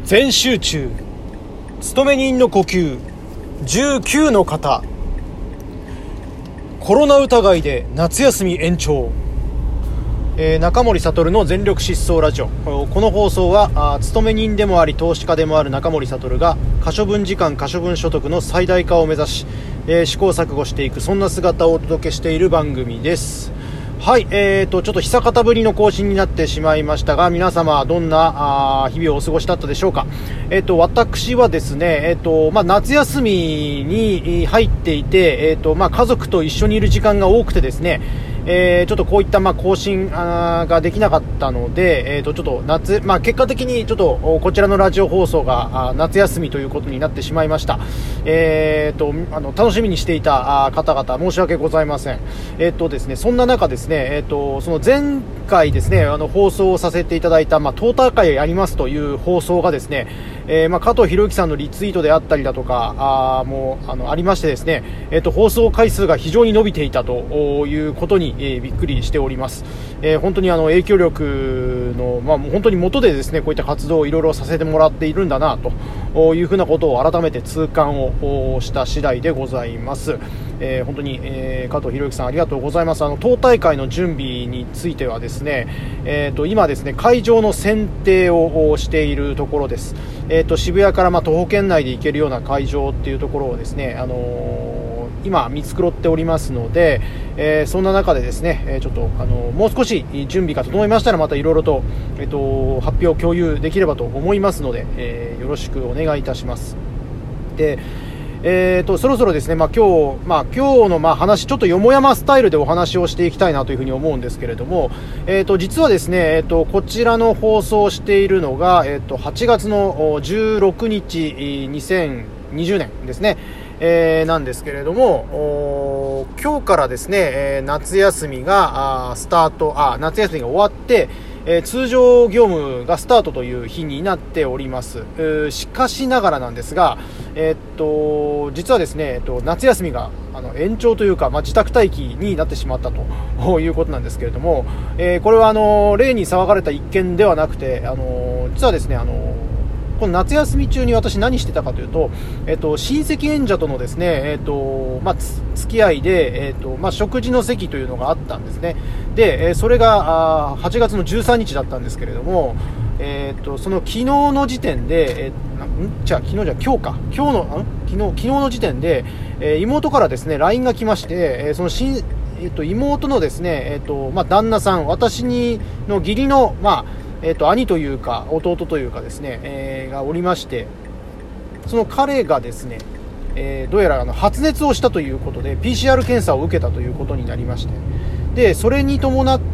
全集中勤め人の呼吸19の方、コロナ疑いで夏休み延長。中森悟の全力疾走ラジオ。この放送は勤め人でもあり投資家でもある中森悟が可処分時間可処分所得の最大化を目指し、試行錯誤していく、そんな姿をお届けしている番組です。はい、ちょっと久方ぶりの更新になってしまいましたが、皆様どんな日々をお過ごしだったでしょうか。私はですね、夏休みに入っていて、家族と一緒にいる時間が多くてですね、ちょっとこういった更新ができなかったので、ちょっと結果的にちょっとこちらのラジオ放送が夏休みということになってしまいました。楽しみにしていた方々申し訳ございません。ですね、そんな中ですね、その前回ですね、放送させていただいた、党大会やりますという放送がですね、加藤博之さんのリツイートであったりだとかありましてですね、放送回数が非常に伸びていたということにびっくりしております。本当に影響力の、本当に元でですね、こういった活動をいろいろさせてもらっているんだなというふうなことを改めて痛感をした次第でございます。本当に、加藤博之さんありがとうございます。党大会の準備についてはですね、今ですね、会場の選定をしているところです。渋谷から徒歩圏内で行けるような会場っていうところをですね、今見繕っておりますので、そんな中でですね、ちょっともう少し準備が整いましたらまたいろいろと、発表を共有できればと思いますので、よろしくお願いいたします。で、そろそろですね、今日の話、ちょっとよもやまスタイルでお話をしていきたいなというふうに思うんですけれども、実はですね、こちらの放送をしているのが、8月の16日、2020年ですね、なんですけれども、今日からですね、夏休みが夏休みが終わって、通常業務がスタートという日になっております。しかしながらなんですが、実はですね、夏休みが延長というか、自宅待機になってしまったということなんですけれども、これは例に騒がれた一件ではなくて、実はですね、この夏休み中に私何してたかというと、親戚縁者とのですね、付き合いで、食事の席というのがあったんですね。で、それが8月の13日だったんですけれども、その昨日の時点で、昨日の時点で、妹からですね LINE が来まして、その妹のですね、旦那さん、私の義理の兄というか弟というかですね、がおりまして、その彼がですね、どうやら発熱をしたということで PCR 検査を受けたということになりまして、でそれに伴って、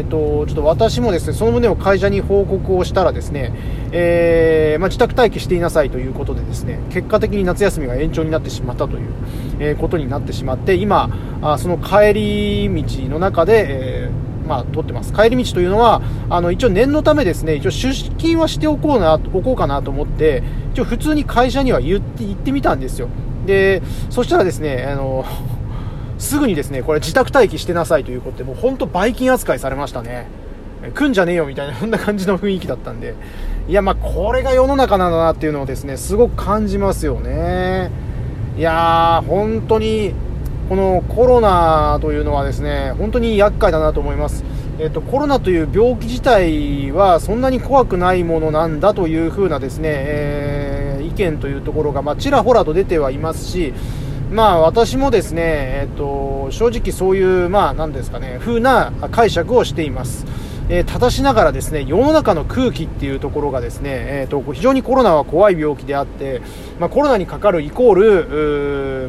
ちょっと私もですねその旨を会社に報告をしたらですね、自宅待機していなさいということでですね、結果的に夏休みが延長になってしまったという、ことになってしまって、今その帰り道の中で、撮ってます。帰り道というのは一応念のためですね、一応出勤はしておこうかなと思って、一応普通に会社には行ってみたんですよ。でそしたらですね、すぐにですね、これ自宅待機してなさいということで、もう本当バイキン扱いされましたね。来んじゃねえよみたいな、そんな感じの雰囲気だったんで、いやこれが世の中なんだなっていうのをですねすごく感じますよね。いやー本当にこのコロナというのはですね本当に厄介だなと思います。コロナという病気自体はそんなに怖くないものなんだというふうなですね、意見というところがちらほらと出てはいますし、私もですね、正直そういう何ですかね風な解釈をしています。ただしながらですね、世の中の空気っていうところがですね、非常にコロナは怖い病気であって、コロナにかかるイコール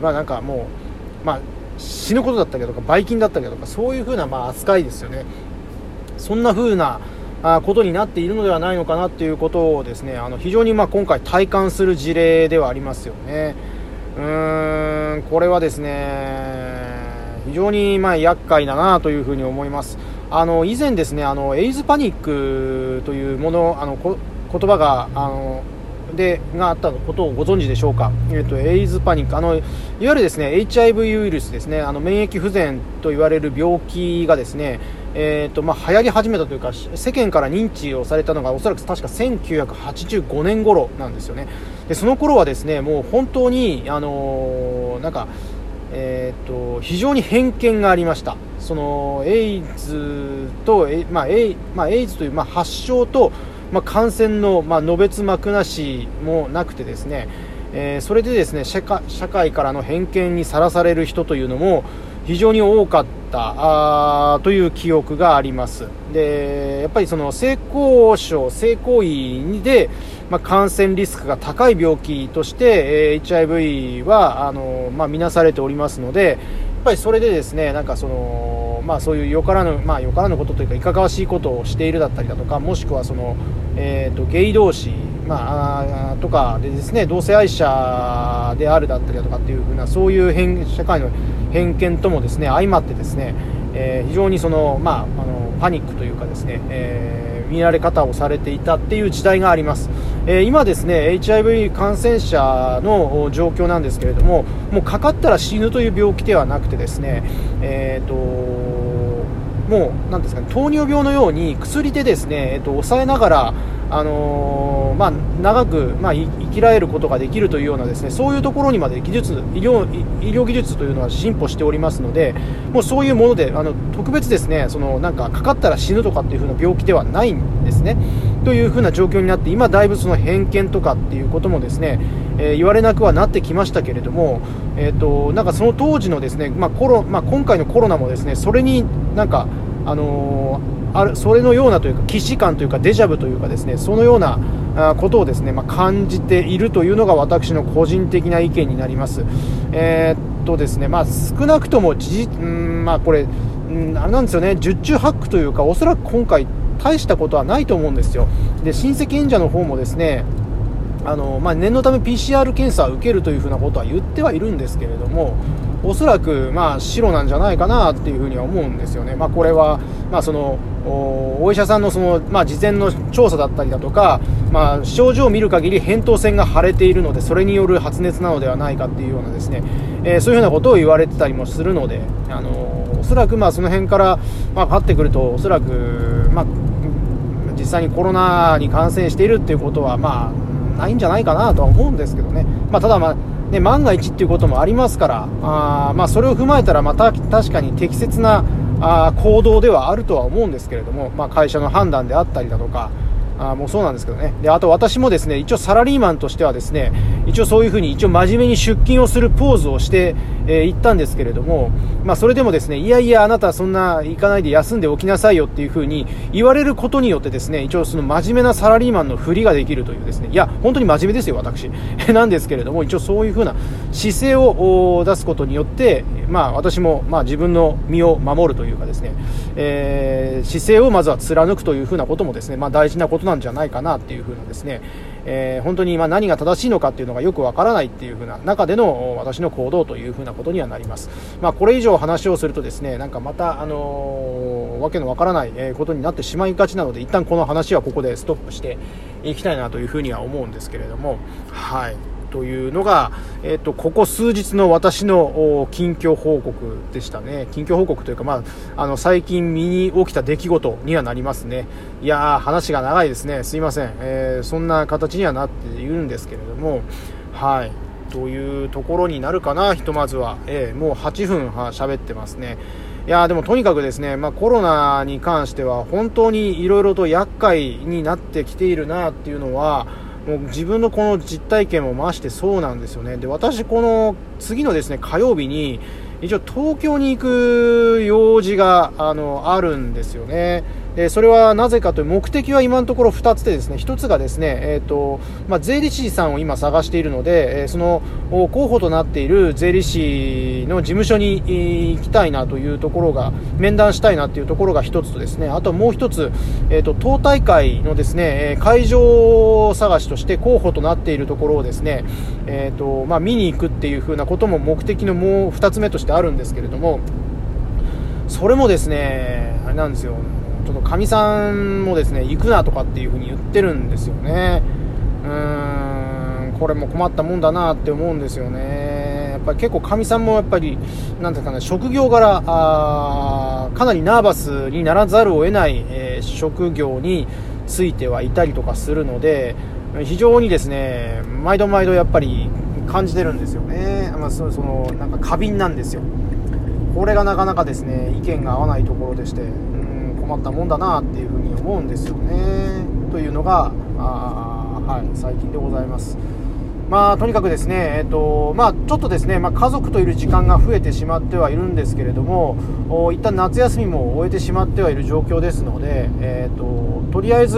死ぬことだったりとかばい菌だったりとか、そういう風な扱いですよね。そんな風なことになっているのではないのかなということをですね、非常に今回体感する事例ではありますよね。これはですね非常に厄介だなというふうに思います。以前ですねエイズパニックというもの言葉ががあったことをご存知でしょうか。エイズパニック、いわゆるですね HIV ウイルスですね、免疫不全と言われる病気がですね、流行り始めたというか、世間から認知をされたのがおそらく確か1985年頃なんですよね。でその頃はですね、もう本当に非常に偏見がありました。そのエイズと、エイズという、発症と、感染の、のべつ幕なしもなくてですね、それでですね社会からの偏見にさらされる人というのも非常に多かったという記憶があります。でやっぱりその性交為で、感染リスクが高い病気として、HIV は見なされておりますので、やっぱりそれでですね、そういうよからぬことというかいかがわしいことをしているだったりだとか、もしくはゲイ同士、とかでですね、同性愛者であるだったりだとかっていう風な、そういう社会の偏見ともですね相まってですね、非常にパニックというかですね、見られ方をされていたっていう時代があります。今ですね HIV 感染者の状況なんですけれども、もうかかったら死ぬという病気ではなくてですね、もうなんですかね、糖尿病のように薬でですね、抑えながら長く、生きられることができるというようなですね、そういうところにまで医療技術というのは進歩しておりますので、もうそういうもので特別ですね、かかったら死ぬとかっていう風な病気ではないんですね。という風な状況になって、今だいぶその偏見とかっていうこともですね、言われなくはなってきましたけれども、その当時のですね、今回のコロナもですね、それにそれのようなというか既視感というかデジャブというかですね、そのようなことをですね、感じているというのが私の個人的な意見になります。ですね、少なくともこれあれなんですよね、十中八九というか、おそらく今回大したことはないと思うんですよ。で親戚演者の方もですね、念のため PCR 検査を受けるというふうなことは言ってはいるんですけれども、おそらく白なんじゃないかなっていうふうには思うんですよね。これはお医者さんの事前の調査だったりだとか、症状を見る限り扁桃腺が腫れているので、それによる発熱なのではないかっていうようなですね、そういうふうなことを言われてたりもするので、おそらくその辺からパッてくると、おそらく実際にコロナに感染しているっていうことはないんじゃないかなとは思うんですけどね。ただ万が一っていうこともありますから、それを踏まえたら確かに適切な行動ではあるとは思うんですけれども、会社の判断であったりだとかもうそうなんですけどね。であと私もですね、一応サラリーマンとしてはですね、一応そういうふうに真面目に出勤をするポーズをして行ったんですけれども、それでもですね、いやいやあなたそんな行かないで休んでおきなさいよっていうふうに言われることによってですね、一応その真面目なサラリーマンの振りができるというですね、いや本当に真面目ですよ私なんですけれども、一応そういうふうな姿勢を出すことによって、私も自分の身を守るというかですね、姿勢をまずは貫くというふうなこともですね、大事なことなんじゃないかなっていうふうなですね、本当に何が正しいのかっていうのがよくわからないっていうふうな中での私の行動というふうなことにはなります。これ以上話をするとですね、またわけのわからないことになってしまいがちなので、一旦この話はここでストップしていきたいなというふうには思うんですけれども、はい。というのが、ここ数日の私の近況報告でしたね。近況報告というか、最近身に起きた出来事にはなりますね。いやー、話が長いですね。すいません。そんな形にはなっているんですけれども、はい。というところになるかな、ひとまずは。もう8分喋ってますね。いやでもとにかくですね、コロナに関しては本当にいろいろと厄介になってきているなっていうのは、もう自分のこの実体験もましてそうなんですよね。で、私この次のですね火曜日に一応東京に行く用事があるんですよね。でそれはなぜかという目的は今のところ2つでですね、1つがですね、税理士さんを今探しているので、その候補となっている税理士の事務所に行きたいなというところが、面談したいなというところが1つとですね、あともう1つ、党大会のですね会場探しとして候補となっているところをですね、見に行くっていう風なことも目的のもう2つ目としてあるんですけれども、それもですねあれなんですよ、ちょっとかみさんもですね行くなとかっていう風に言ってるんですよね。 これも困ったもんだなって思うんですよね。やっぱり結構かみさんもやっぱりなんていうかな、職業柄かなりナーバスにならざるを得ない、職業についてはいたりとかするので、非常にですね毎度毎度やっぱり感じてるんですよね。そのなんか過敏なんですよ。これがなかなかですね意見が合わないところでして、困ったもんだなっていうふうに思うんですよね。というのが最近でございます。とにかくですね、ちょっとですね、家族といる時間が増えてしまってはいるんですけれども、一旦夏休みも終えてしまってはいる状況ですので、とりあえず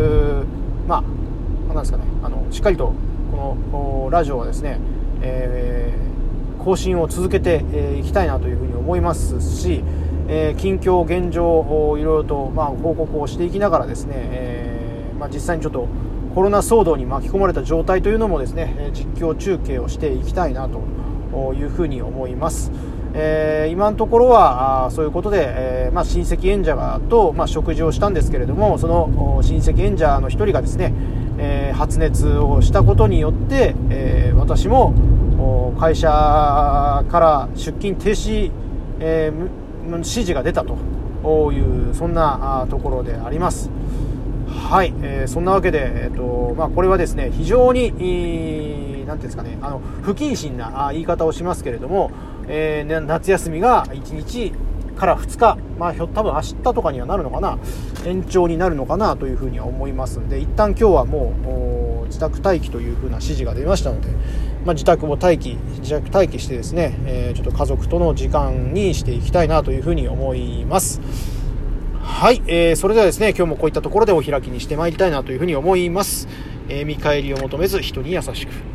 なんですかね、しっかりとこのラジオはですね、更新を続けていきたいなというふうに思いますし、近況現状いろいろと報告をしていきながらですね、実際にちょっとコロナ騒動に巻き込まれた状態というのもですね実況中継をしていきたいなというふうに思います。今のところはそういうことで、親戚演者と、食事をしたんですけれども、その親戚演者の一人がですね、発熱をしたことによって、私も会社から出勤停止、指示が出たというそんなところであります。はい、そんなわけで、これはですね非常に、なんていうんですかね、不謹慎な言い方をしますけれども、夏休みが1日から2日、多分明日とかにはなるのかな、延長になるのかなというふうには思いますので、一旦今日はもう自宅待機というふうな指示が出ましたので、自宅待機してですね、ちょっと家族との時間にしていきたいなというふうに思います。はい、それではですね今日もこういったところでお開きにしてまいりたいなというふうに思います。見返りを求めず人に優しく。